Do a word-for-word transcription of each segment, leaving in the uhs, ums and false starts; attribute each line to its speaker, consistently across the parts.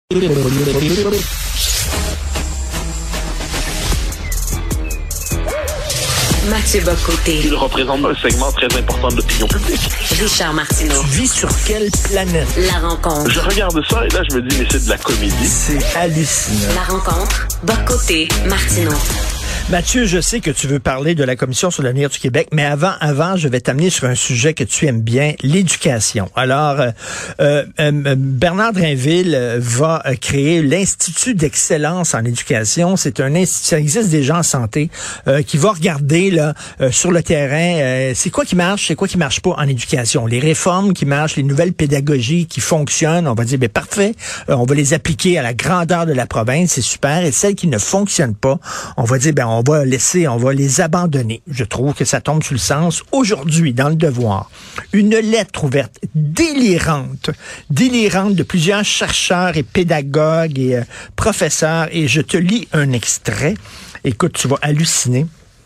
Speaker 1: Mathieu Bock-Côté.
Speaker 2: Il représente un segment très important de l'opinion publique.
Speaker 1: Richard Martineau.
Speaker 3: Tu vis sur quelle planète?
Speaker 1: La rencontre.
Speaker 2: Je regarde ça et là, je me dis, mais c'est de la comédie.
Speaker 3: C'est hallucinant.
Speaker 1: La rencontre. Bock-Côté. Martineau.
Speaker 3: Mathieu, je sais que tu veux parler de la Commission sur l'avenir du Québec, mais avant, avant, je vais t'amener sur un sujet que tu aimes bien, l'éducation. Alors, euh, euh, euh, Bernard Drinville va créer l'Institut d'excellence en éducation. C'est un institut, ça existe déjà en santé, euh, qui va regarder là euh, sur le terrain, euh, c'est quoi qui marche, c'est quoi qui marche pas en éducation. Les réformes qui marchent, les nouvelles pédagogies qui fonctionnent, on va dire, ben parfait, euh, on va les appliquer à la grandeur de la province, c'est super. Et celles qui ne fonctionnent pas, on va dire, ben on va laisser, on va les abandonner. Je trouve que ça tombe sur le sens. Aujourd'hui, dans le Devoir, une lettre ouverte délirante, délirante de plusieurs chercheurs et pédagogues et euh, professeurs, et je te lis un extrait. Écoute, tu vas halluciner.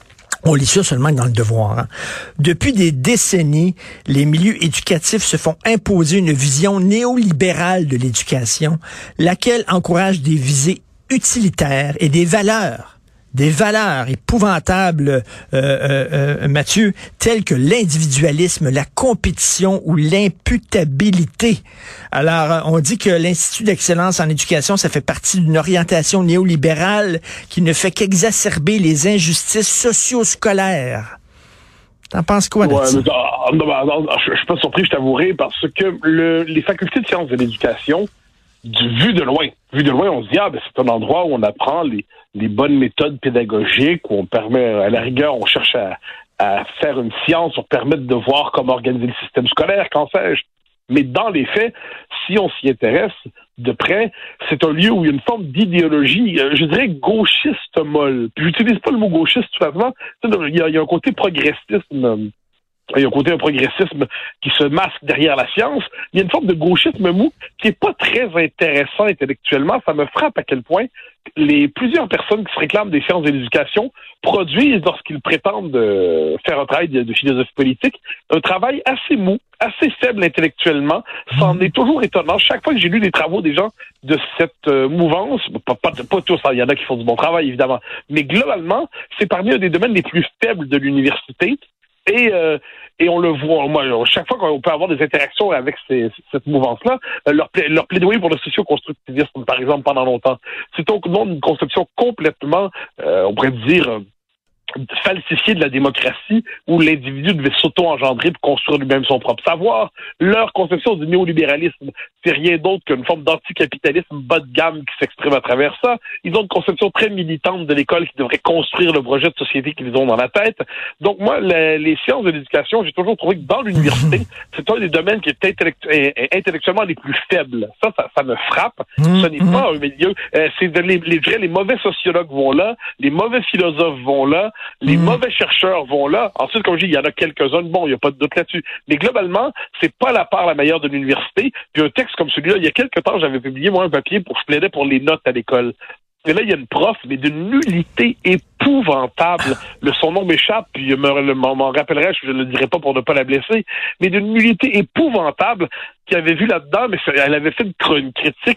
Speaker 3: On lit ça seulement dans le Devoir. Hein. Depuis des décennies, les milieux éducatifs se font imposer une vision néolibérale de l'éducation, laquelle encourage des visées utilitaires et des valeurs des valeurs épouvantables, euh, euh, euh, Mathieu, telles que l'individualisme, la compétition ou l'imputabilité. Alors, on dit que l'Institut d'excellence en éducation, ça fait partie d'une orientation néolibérale qui ne fait qu'exacerber les injustices socio-scolaires. T'en penses quoi de
Speaker 2: ouais,
Speaker 3: ça?
Speaker 2: Mais, ah, non, non, je, je suis pas surpris, je t'avouerai, parce que le, les facultés de sciences de l'éducation, du vu de loin, vu de loin, on se dit, ah, ben, c'est un endroit où on apprend les, les bonnes méthodes pédagogiques, où on permet, à la rigueur, on cherche à, à faire une science pour permettre de voir comment organiser le système scolaire, qu'en sais-je. Mais dans les faits, si on s'y intéresse de près, c'est un lieu où il y a une forme d'idéologie, je dirais gauchiste molle. Puis j'utilise pas le mot gauchiste tout simplement. Il y a, il y a un côté progressisme. Il y a un côté un progressisme qui se masque derrière la science. Il y a une forme de gauchisme mou qui est pas très intéressant intellectuellement. Ça me frappe à quel point les plusieurs personnes qui se réclament des sciences de l'éducation produisent, lorsqu'ils prétendent euh, faire un travail de, de philosophie politique, un travail assez mou, assez faible intellectuellement. Ça en est toujours étonnant. Chaque fois que j'ai lu les travaux des gens de cette euh, mouvance, pas, pas, pas tous, il y en a qui font du bon travail, évidemment, mais globalement, c'est parmi un des domaines les plus faibles de l'université. Et euh, et on le voit, moi, chaque fois qu'on peut avoir des interactions avec ces, cette mouvance-là, leur, pla- leur plaidoyer pour le socio-constructivisme, par exemple, pendant longtemps, c'est au nom d'une conception complètement, euh, on pourrait dire, euh, falsifiée de la démocratie, où l'individu devait s'auto-engendrer pour construire lui-même son propre savoir. Leur conception du néolibéralisme, c'est rien d'autre qu'une forme d'anticapitalisme bas de gamme qui s'exprime à travers ça. Ils ont une conception très militante de l'école qui devrait construire le projet de société qu'ils ont dans la tête. Donc moi, les, les sciences de l'éducation, j'ai toujours trouvé que dans l'université, c'est un des domaines qui est intellectu- intellectuellement les plus faibles. Ça, ça, ça me frappe. Ce n'est pas un milieu. Euh, c'est de, les, les, les mauvais sociologues vont là, les mauvais philosophes vont là, les mmh. mauvais chercheurs vont là. Ensuite, comme je dis, il y en a quelques-uns. Bon, il n'y a pas de doute là-dessus. Mais globalement, c'est pas la part la meilleure de l'université. Puis un texte comme celui-là, il y a quelques temps, j'avais publié, moi, un papier pour je plaidais pour les notes à l'école. Et là, il y a une prof, mais d'une nullité épouvantable. Le, son nom m'échappe, puis je me, m'en rappellerai, je ne le dirai pas pour ne pas la blesser, mais d'une nullité épouvantable qui avait vu là-dedans, mais elle avait fait une, une critique.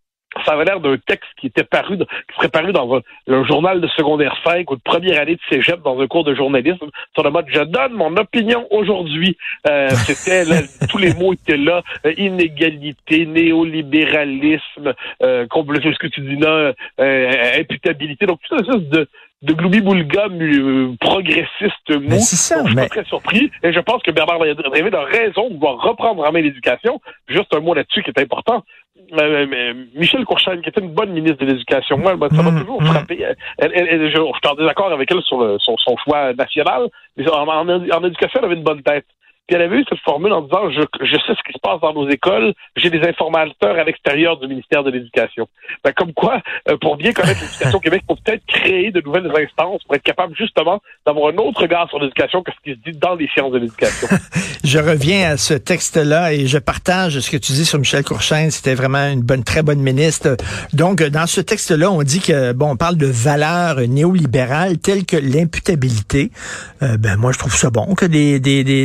Speaker 2: Ça avait l'air d'un texte qui était paru, qui serait paru dans un, un journal de secondaire cinq ou de première année de cégep dans un cours de journalisme sur le mode « Je donne mon opinion aujourd'hui euh, ». C'était là, tous les mots étaient là, euh, inégalité, néolibéralisme, euh, ce que tu dis là, euh, imputabilité. Donc tout ça, de de gloubi-boulga euh, progressiste mou.
Speaker 3: Mais c'est ça,
Speaker 2: donc, je suis
Speaker 3: mais...
Speaker 2: pas très surpris. Et je pense que Bernard Drinville a raison de vouloir reprendre en main l'éducation. Juste un mot là-dessus qui est important. Euh, mais Michel Courchesne, qui était une bonne ministre de l'Éducation, moi, ça m'a mmh, toujours mmh. frappé. Elle, elle, elle, je, je suis en désaccord avec elle sur le, son, son choix national, mais en, en, en éducation, elle avait une bonne tête. Puis elle avait eu cette formule en disant je, je sais ce qui se passe dans nos écoles, j'ai des informateurs à l'extérieur du ministère de l'Éducation. Ben, comme quoi, euh, pour bien connaître l'éducation au Québec, il faut peut-être créer de nouvelles instances pour être capable justement d'avoir un autre regard sur l'éducation que ce qui se dit dans les sciences de l'éducation.
Speaker 3: Je reviens à ce texte-là et je partage ce que tu dis sur Michel Courchesne. C'était vraiment une bonne, très bonne ministre. Donc, dans ce texte-là, on dit que, bon, on parle de valeurs néolibérales telles que l'imputabilité. Euh, ben, moi, je trouve ça bon que des, des, des, des professeurs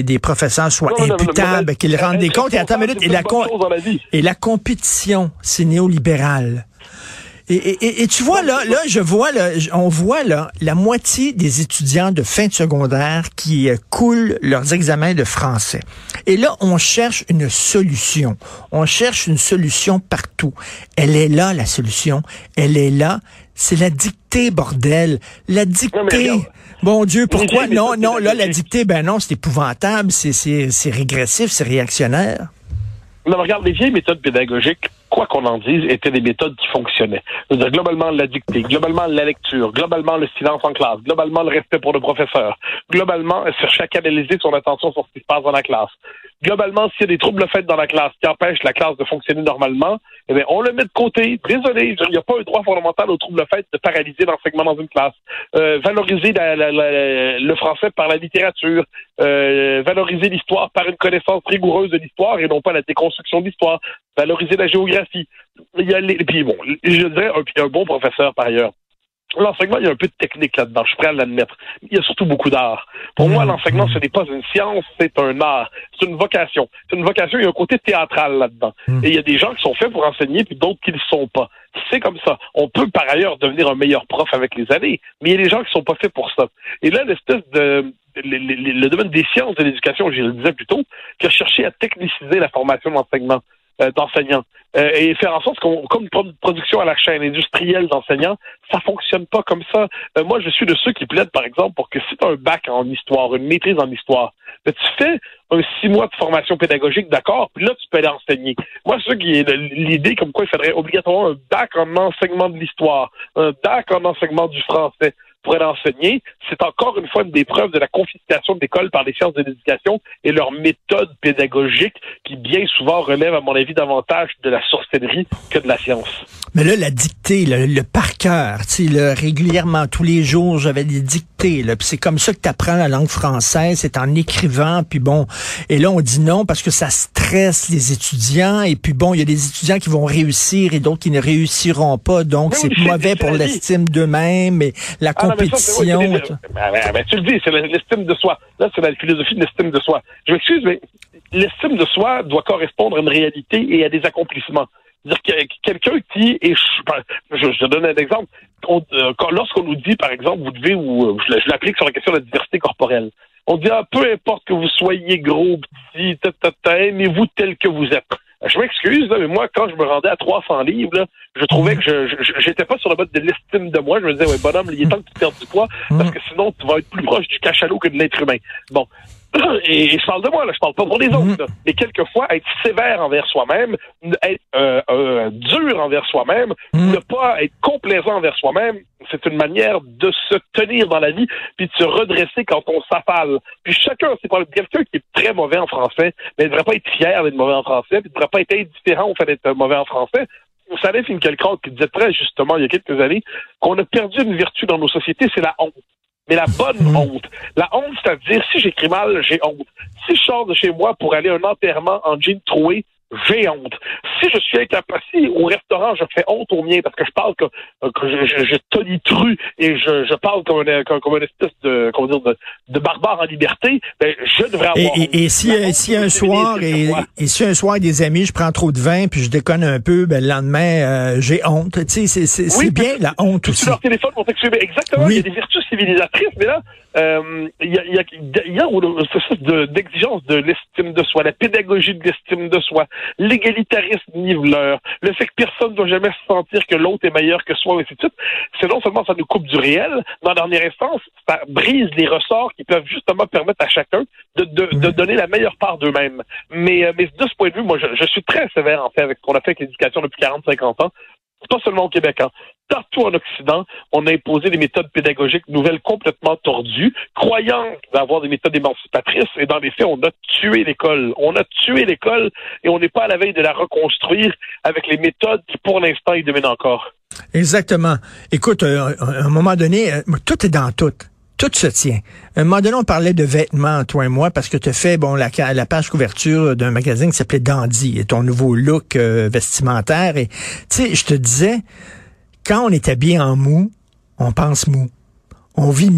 Speaker 3: professeurs soient
Speaker 2: non, non,
Speaker 3: imputables,
Speaker 2: non, non,
Speaker 3: qu'ils rendent des comptes. Et attends une minute, et la, com- et la compétition, c'est néolibéral. Et, et, et tu vois, là, là, je vois, là, on voit, là, la moitié des étudiants de fin de secondaire qui euh, coulent leurs examens de français. Et là, on cherche une solution. On cherche une solution partout. Elle est là, la solution. Elle est là. C'est la dictée, bordel. La dictée. Bon Dieu, pourquoi? Non, non, là, la dictée, ben non, c'est épouvantable. C'est, c'est, c'est régressif, c'est réactionnaire.
Speaker 2: Non, regarde, les vieilles méthodes pédagogiques, quoi qu'on en dise, étaient des méthodes qui fonctionnaient. Je veux dire, globalement, la dictée, globalement, la lecture, globalement, le silence en classe, globalement, le respect pour le professeur, globalement, chercher à canaliser son attention sur ce qui se passe dans la classe. Globalement, s'il y a des troubles faits dans la classe qui empêchent la classe de fonctionner normalement, eh bien, on le met de côté. Désolé, il n'y a pas un droit fondamental aux troubles faits de paralyser l'enseignement dans une classe. Euh, valoriser la, la, la, le français par la littérature, euh, valoriser l'histoire par une connaissance rigoureuse de l'histoire et non pas la déconstruction de l'histoire, valoriser la géographie. Il y a les, puis bon, je dirais un, un bon professeur par ailleurs. L'enseignement, il y a un peu de technique là-dedans, je suis prêt à l'admettre. Il y a surtout beaucoup d'art. Pour mmh. moi, l'enseignement, ce n'est pas une science, c'est un art. C'est une vocation. C'est une vocation, il y a un côté théâtral là-dedans. Mmh. Et il y a des gens qui sont faits pour enseigner, puis d'autres qui ne le sont pas. C'est comme ça. On peut, par ailleurs, devenir un meilleur prof avec les années, mais il y a des gens qui sont pas faits pour ça. Et là, l'espèce de... Le, le, le domaine des sciences de l'éducation, je le disais plus tôt, qui a cherché à techniciser la formation d'enseignement. Euh, d'enseignants euh, et faire en sorte qu'on, comme une production à la chaîne industrielle d'enseignants, ça fonctionne pas comme ça. Euh, moi, je suis de ceux qui plaident, par exemple, pour que si tu as un bac en histoire, une maîtrise en histoire, ben, tu fais un six mois de formation pédagogique, d'accord, puis là, tu peux aller enseigner. Moi, c'est ça qui est l'idée comme quoi il faudrait obligatoirement un bac en enseignement de l'histoire, un bac en enseignement du français pour aller enseigner. C'est encore une fois une des preuves de la confiscation de l'école par les sciences de l'éducation et leur méthode pédagogique qui bien souvent relève, à mon avis, davantage de la sorcellerie que de la science.
Speaker 3: Mais là, la dictée, le, le par cœur, tu sais, là, régulièrement, tous les jours, j'avais des dictées, là, puis c'est comme ça que tu apprends la langue française, c'est en écrivant, puis bon, et là, on dit non parce que ça stresse les étudiants, et puis bon, il y a des étudiants qui vont réussir et d'autres qui ne réussiront pas, donc oui, c'est mauvais pour l'estime d'eux-mêmes, et la ah, compétition. Non, mais ça, oui,
Speaker 2: ben, ben, ben, tu le dis, c'est l'estime de soi. Là, c'est la philosophie de l'estime de soi. Je m'excuse, mais l'estime de soi doit correspondre à une réalité et à des accomplissements. C'est-à-dire que quelqu'un qui est... Je, je donne un exemple. On, euh, quand, lorsqu'on nous dit, par exemple, vous devez... ou je, je l'applique sur la question de la diversité corporelle. On dit, ah, peu importe que vous soyez gros, petit, aimez-vous tel que vous êtes. Je m'excuse, là, mais moi, quand je me rendais à trois cents livres, là, je trouvais que je, je j'étais pas sur le mode de l'estime de moi. Je me disais, ouais, bonhomme, il est temps que tu perdes du poids, parce que sinon, tu vas être plus proche du cachalot que de l'être humain. Bon. Et, et je parle de moi, là, je parle pas pour les autres. Là. Mais quelquefois, être sévère envers soi-même, être euh, euh, dur envers soi-même, mm. ne pas être complaisant envers soi-même, c'est une manière de se tenir dans la vie puis de se redresser quand on s'affale. Puis chacun, c'est pas quelqu'un qui est très mauvais en français, mais ne devrait pas être fier d'être mauvais en français, puis ne devrait pas être indifférent au fait d'être mauvais en français. Vous savez, Finkielkraut qui disait très justement il y a quelques années qu'on a perdu une vertu dans nos sociétés, c'est la honte. Mais la bonne mmh. honte. La honte, c'est-à-dire, si j'écris mal, j'ai honte. Si je sors de chez moi pour aller à un enterrement en jean troué, j'ai honte. Si je suis incapable, si au restaurant, je fais honte aux miens parce que je parle que, que je, je, je tonitru et je, je parle comme une, comme, comme une espèce de, comment dire, de, de barbare en liberté, ben, je devrais avoir
Speaker 3: et, honte. Et, et si, honte, si un soir, et, et si un soir, des amis, je prends trop de vin puis je déconne un peu, ben, le lendemain, euh, j'ai honte. Tu sais, c'est, c'est, oui, c'est bien la honte aussi.
Speaker 2: Leur téléphone pour t'exprimer. Exactement. Oui. Il y a des vertus civilisatrices, mais là, euh, il y a, il y a, il y a une sorte de, d'exigence de l'estime de soi, la pédagogie de l'estime de soi, l'égalitarisme niveleur, le fait que personne ne doit jamais se sentir que l'autre est meilleur que soi, et ainsi de suite. C'est non seulement ça nous coupe du réel, mais en dernière instance, ça brise les ressorts qui peuvent justement permettre à chacun de, de, mmh. de donner la meilleure part d'eux-mêmes. Mais, mais de ce point de vue, moi, je, je suis très sévère, en fait, avec ce qu'on a fait avec l'éducation depuis quarante à cinquante ans. Pas seulement au Québec, hein. Partout en Occident, on a imposé des méthodes pédagogiques nouvelles complètement tordues, croyant d'avoir des méthodes émancipatrices, et dans les faits, on a tué l'école. On a tué l'école, et on n'est pas à la veille de la reconstruire avec les méthodes qui, pour l'instant, y dominent encore.
Speaker 3: Exactement. Écoute, euh, à un moment donné, euh, tout est dans tout. Tout se tient. À un moment donné, on parlait de vêtements, toi et moi, parce que tu as fait bon la, la page couverture d'un magazine qui s'appelait Dandy, et ton nouveau look euh, vestimentaire. Et tu sais, je te disais, quand on est habillé en mou, on pense mou. On vit mou.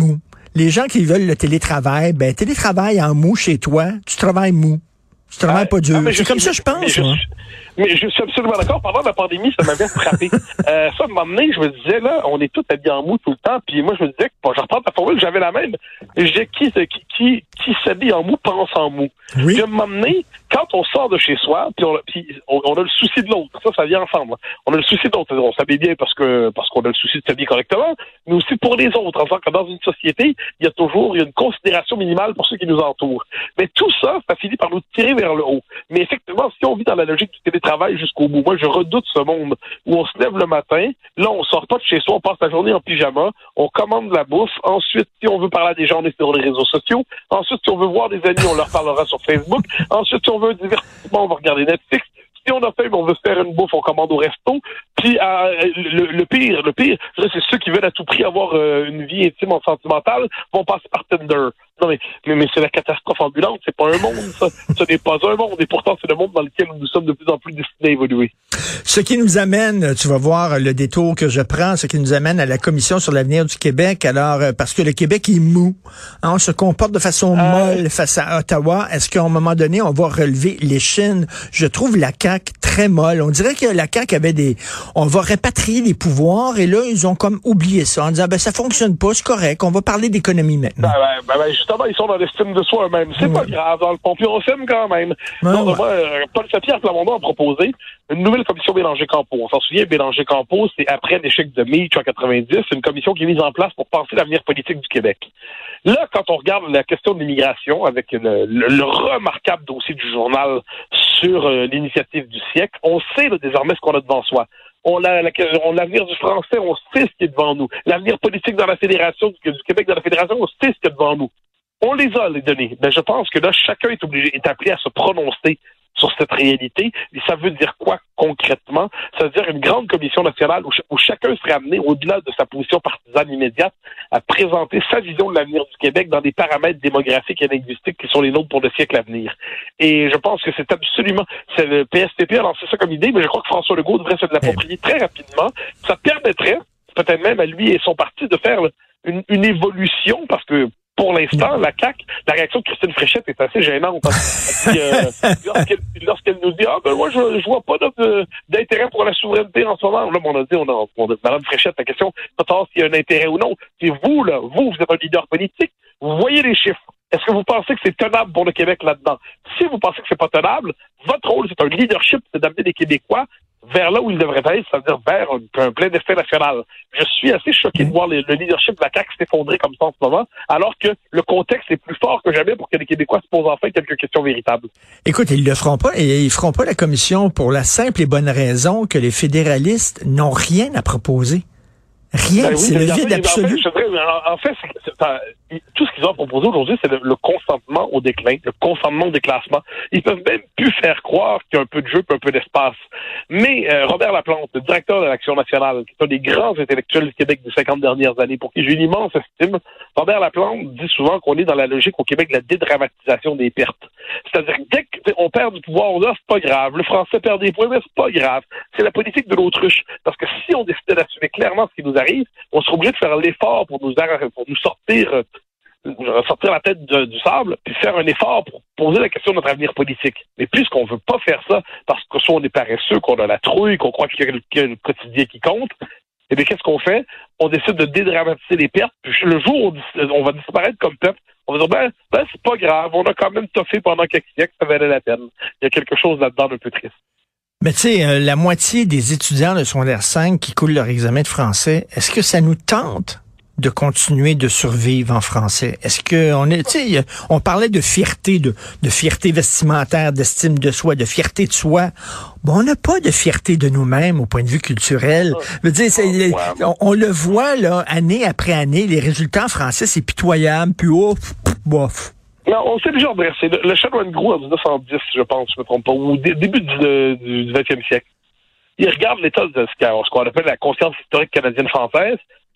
Speaker 3: Les gens qui veulent le télétravail, ben télétravail en mou chez toi, tu travailles mou. Tu travailles
Speaker 2: ah,
Speaker 3: pas dur.
Speaker 2: Ah,
Speaker 3: c'est comme ça, je pense.
Speaker 2: Mais je,
Speaker 3: moi.
Speaker 2: mais je suis absolument d'accord. Pendant la pandémie, ça m'avait frappé. euh, ça, à un moment donné, je me disais, là, on est tous habillés en mou tout le temps. Puis moi, je me disais, que, bon, je reprends ta formule, j'avais la même. Je disais, qui, qui, qui, qui s'habille en mou pense en mou.
Speaker 3: Oui.
Speaker 2: Puis à un moment donné, quand on sort de chez soi, puis on, puis on, on a le souci de l'autre. Ça, ça vient ensemble. On a le souci de l'autre. On s'habille bien parce que parce qu'on a le souci de s'habiller correctement, mais aussi pour les autres. En tant que dans une société, il y a toujours il y a une considération minimale pour ceux qui nous entourent. Mais tout ça, ça finit par nous tirer vers le haut. Mais effectivement, si on vit dans la logique du télétravail jusqu'au bout, moi, je redoute ce monde où on se lève le matin, là, on sort pas de chez soi, on passe la journée en pyjama, on commande de la bouffe. Ensuite, si on veut parler à des gens, on est sur les réseaux sociaux. Ensuite, si on veut voir des amis, on leur parlera sur Facebook. Ensuite, si on veut un divertissement, on va regarder Netflix. Si on a faim, on veut se faire une bouffe, on commande au resto. Puis euh, le, le pire, le pire, je dirais, c'est ceux qui veulent à tout prix avoir euh, une vie intime en sentimentale vont passer par Tinder. Non mais mais, mais c'est la catastrophe ambulante, c'est pas un monde, ça. Ce n'est pas un monde, et pourtant c'est le monde dans lequel nous sommes de plus en plus destinés à évoluer.
Speaker 3: Ce qui nous amène, tu vas voir le détour que je prends, ce qui nous amène à la Commission sur l'avenir du Québec. Alors, euh, parce que le Québec est mou, hein, on se comporte de façon euh... molle face à Ottawa. Est-ce qu'à un moment donné, on va relever l'échine? Je trouve la C A Q très molle. On dirait que la C A Q avait des... On va répatrier les pouvoirs, et là, ils ont comme oublié ça, en disant, ben ça fonctionne pas, c'est correct, on va parler d'économie maintenant.
Speaker 2: Ben, ben, ben, justement, ils sont dans l'estime de soi eux-mêmes. C'est ouais. pas grave, dans le fond, puis on s'aime quand même.
Speaker 3: Ouais,
Speaker 2: non,
Speaker 3: ouais.
Speaker 2: Moi, euh, Paul Saint-Pierre Plamondon a proposé une nouvelle commission Bélanger-Campo. On s'en souvient, Bélanger-Campo, c'est après l'échec de Meach en quatre-vingt-dix, c'est une commission qui est mise en place pour penser l'avenir politique du Québec. Là, quand on regarde la question de l'immigration, avec le, le, le remarquable dossier du journal sur euh, l'initiative du siècle, on sait là, désormais ce qu'on a devant soi. On a, la, on a l'avenir du français, on sait ce qui est devant nous. L'avenir politique dans la fédération, du, du Québec dans la fédération, on sait ce qu'il y a devant nous. On les a, les données. Mais je pense que là, chacun est obligé, est appelé à se prononcer sur cette réalité. Et ça veut dire quoi concrètement? Ça veut dire une grande commission nationale où, ch- où chacun serait amené, au-delà de sa position partisane immédiate, à présenter sa vision de l'avenir du Québec dans des paramètres démographiques et linguistiques qui sont les nôtres pour le siècle à venir. Et je pense que c'est absolument... C'est le P S T P a lancé ça comme idée, mais je crois que François Legault devrait se l'approprier très rapidement. Ça permettrait, peut-être même à lui et son parti, de faire une, une évolution, parce que pour l'instant, la C A Q, la réaction de Christine Fréchette est assez gênante. Puis, euh, lorsqu'elle, lorsqu'elle nous dit « Ah, ben moi, je, je vois pas de, d'intérêt pour la souveraineté en ce moment. » Là, on a dit, on a, on a Mme Fréchette, la question, pas savoir s'il y a un intérêt ou non. C'est vous, là, vous, vous êtes un leader politique, vous voyez les chiffres. Est-ce que vous pensez que c'est tenable pour le Québec là-dedans? Si vous pensez que c'est pas tenable, votre rôle, c'est un leadership, c'est d'amener les Québécois vers là où ils devraient être, c'est-à-dire vers un, un plein destin national. Je suis assez choqué de voir les, le leadership de la C A Q s'effondrer comme ça en ce moment, alors que le contexte est plus fort que jamais pour que les Québécois se posent enfin quelques questions véritables.
Speaker 3: Écoute, ils le feront pas, et ils feront pas la commission pour la simple et bonne raison que les fédéralistes n'ont rien à proposer. Rien, ben oui, c'est le vide absolu.
Speaker 2: En fait, en fait c'est, c'est, c'est, tout ce qu'ils ont proposé aujourd'hui, c'est le, le consentement au déclin, le consentement au déclassement. Ils peuvent même plus faire croire qu'il y a un peu de jeu, un peu d'espace. Mais euh, Robert Laplante, le directeur de l'Action nationale, qui est un des grands intellectuels du Québec des cinquante dernières années, pour qui j'ai une immense estime, Robert Laplante dit souvent qu'on est dans la logique au Québec de la dédramatisation des pertes. C'est-à-dire que dès qu'on perd du pouvoir, là, c'est pas grave. Le français perd des points, mais c'est pas grave. C'est la politique de l'autruche. Parce que si on décidait d'assumer clairement ce qui nous arrive, on serait obligé de faire l'effort pour nous, pour nous sortir, euh, sortir la tête de, du sable, puis faire un effort pour poser la question de notre avenir politique. Mais puisqu'on veut pas faire ça, parce que soit on est paresseux, qu'on a la trouille, qu'on croit qu'il y a le, qu'il y a le quotidien qui compte, eh bien, qu'est-ce qu'on fait? On décide de dédramatiser les pertes, puis le jour où on va disparaître comme peuple, on va dire, ben, ben c'est pas grave, on a quand même toffé pendant quelques siècles, ça valait la peine. Il y a quelque chose là-dedans d'un peu triste.
Speaker 3: Mais tu sais, euh, la moitié des étudiants de secondaire cinq qui coulent leur examen de français, est-ce que ça nous tente de continuer de survivre en français? Est-ce que on est, tu sais, on parlait de fierté, de, de fierté vestimentaire, d'estime de soi, de fierté de soi. Bon, on n'a pas de fierté de nous-mêmes au point de vue culturel. Je veux dire, c'est, on, on le voit là, année après année, les résultats en français, c'est pitoyable, puis ouf, bof.
Speaker 2: Non, on s'est déjà redressé. Le, le chanoine Gros en dix-neuf cent dix, je pense, je ne me trompe pas, ou au dé, début du, du vingtième siècle. Il regarde l'état de ce qu'on appelle la conscience historique canadienne-française,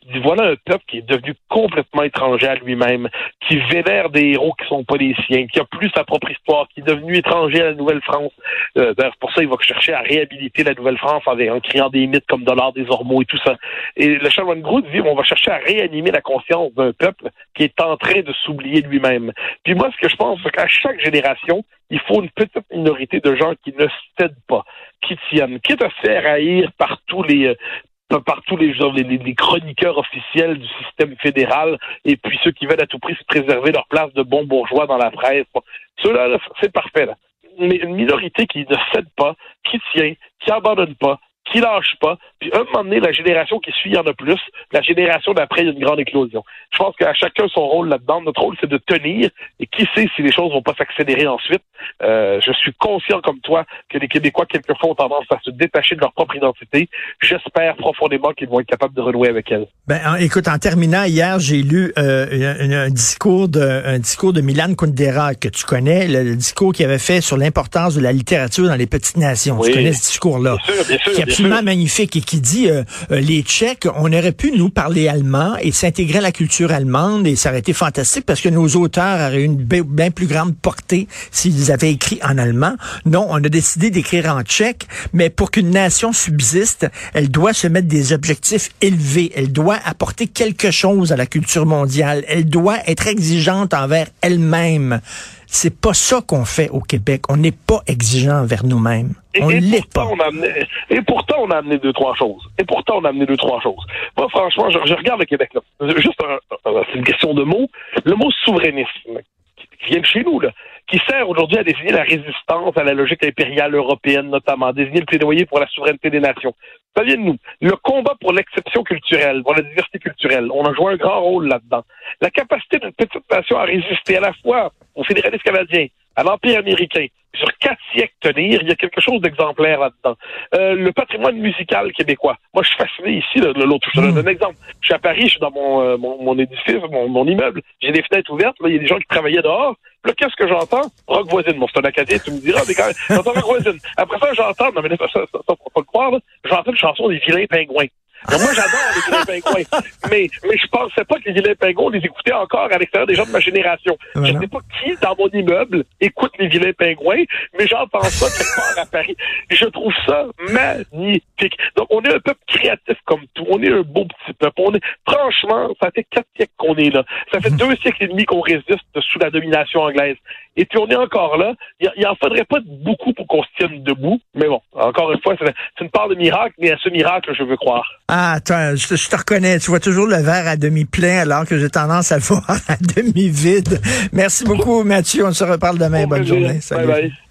Speaker 2: Voilà un peuple qui est devenu complètement étranger à lui-même, qui vénère des héros qui sont pas les siens, qui a plus sa propre histoire, qui est devenu étranger à la Nouvelle-France. Euh, ben, pour ça, il va chercher à réhabiliter la Nouvelle-France en, en créant des mythes comme Dollard des Ormeaux et tout ça. Et le chanoine Groult dit, on va chercher à réanimer la conscience d'un peuple qui est en train de s'oublier lui-même. Puis moi, ce que je pense, c'est qu'à chaque génération, il faut une petite minorité de gens qui ne cèdent pas, qui tiennent, quitte à se faire haïr par tous les... Euh, par tous les, les, les chroniqueurs officiels du système fédéral et puis ceux qui veulent à tout prix se préserver leur place de bons bourgeois dans la presse. Bon, ceux-là, là, c'est parfait. Là. Mais une minorité qui ne cède pas, qui tient, qui abandonne pas, qui lâche pas, puis un moment donné, la génération qui suit, il y en a plus. La génération d'après, il y a une grande éclosion. Je pense qu'à chacun son rôle là-dedans. Notre rôle, c'est de tenir, et qui sait si les choses vont pas s'accélérer ensuite. Euh, je suis conscient, comme toi, que les Québécois, quelquefois, ont tendance à se détacher de leur propre identité. J'espère profondément qu'ils vont être capables de renouer avec elle.
Speaker 3: Ben, en, écoute, en terminant, hier, j'ai lu euh, un, un discours de un discours de Milan Kundera, que tu connais, le, le discours qu'il avait fait sur l'importance de la littérature dans les petites nations. Oui. Tu connais ce discours-là?
Speaker 2: Bien sûr, bien sûr,
Speaker 3: qui est absolument magnifique et qui dit euh, euh, les Tchèques, on aurait pu nous parler allemand et s'intégrer à la culture allemande et ça aurait été fantastique parce que nos auteurs auraient une bien plus grande portée s'ils avaient écrit en allemand. Non, on a décidé d'écrire en tchèque, mais pour qu'une nation subsiste, elle doit se mettre des objectifs élevés, elle doit apporter quelque chose à la culture mondiale, elle doit être exigeante envers elle-même. C'est pas ça qu'on fait au Québec. On n'est pas exigeant envers nous-mêmes. On
Speaker 2: et, et
Speaker 3: l'est pas.
Speaker 2: On a amené, et pourtant, on a amené deux, trois choses. Et pourtant, on a amené deux, trois choses. Moi, franchement, je, je regarde le Québec, là. Juste, un, un, c'est une question de mots. Le mot souverainisme, qui, qui vient de chez nous, là, qui sert aujourd'hui à désigner la résistance à la logique impériale européenne, notamment, désigner le plaidoyer pour la souveraineté des nations. Ça vient de nous. Le combat pour l'exception culturelle, pour la diversité culturelle, on a joué un grand rôle là-dedans. La capacité d'une petite nation à résister à la fois au fédéralisme canadien, à l'Empire américain, sur quatre siècles tenir, il y a quelque chose d'exemplaire là-dedans. Euh, le patrimoine musical québécois. Moi, je suis fasciné ici, là, l'autre, je te donne un exemple. Je suis à Paris, je suis dans mon, euh, mon, mon édifice, mon, mon immeuble, j'ai des fenêtres ouvertes, là, il y a des gens qui travaillaient dehors. Là, qu'est-ce que j'entends? Rock voisine. Bon, c'est un Acadien, tu me diras, mais quand même, j'entends Rock voisine. Après ça, j'entends, non, mais ça, ça, ça, ça, faut pas le croire, là, j'entends une chanson des Vilains Pingouins. Alors moi, j'adore les Vilains Pingouins, mais, mais je pensais pas que les Vilains Pingouins, on les écoutait encore à l'extérieur des gens de ma génération. Voilà. Je sais pas qui, dans mon immeuble, écoute les Vilains Pingouins, mais j'entends ça quelque part à Paris. Et je trouve ça magnifique. Donc, on est un peuple créatif comme tout. On est un beau petit peuple. On est, franchement, ça fait quatre siècles qu'on est là. Ça fait deux siècles et demi qu'on résiste sous la domination anglaise. Et puis, on est encore là. Il, il en faudrait pas beaucoup pour qu'on se tienne debout. Mais bon, encore une fois, c'est, c'est une part de miracle, mais à ce miracle, je veux croire.
Speaker 3: Ah, attends, je te, je te reconnais. Tu vois toujours le verre à demi plein alors que j'ai tendance à le voir à demi vide. Merci beaucoup, Mathieu. On se reparle demain. Bonne journée. Salut. Bye bye.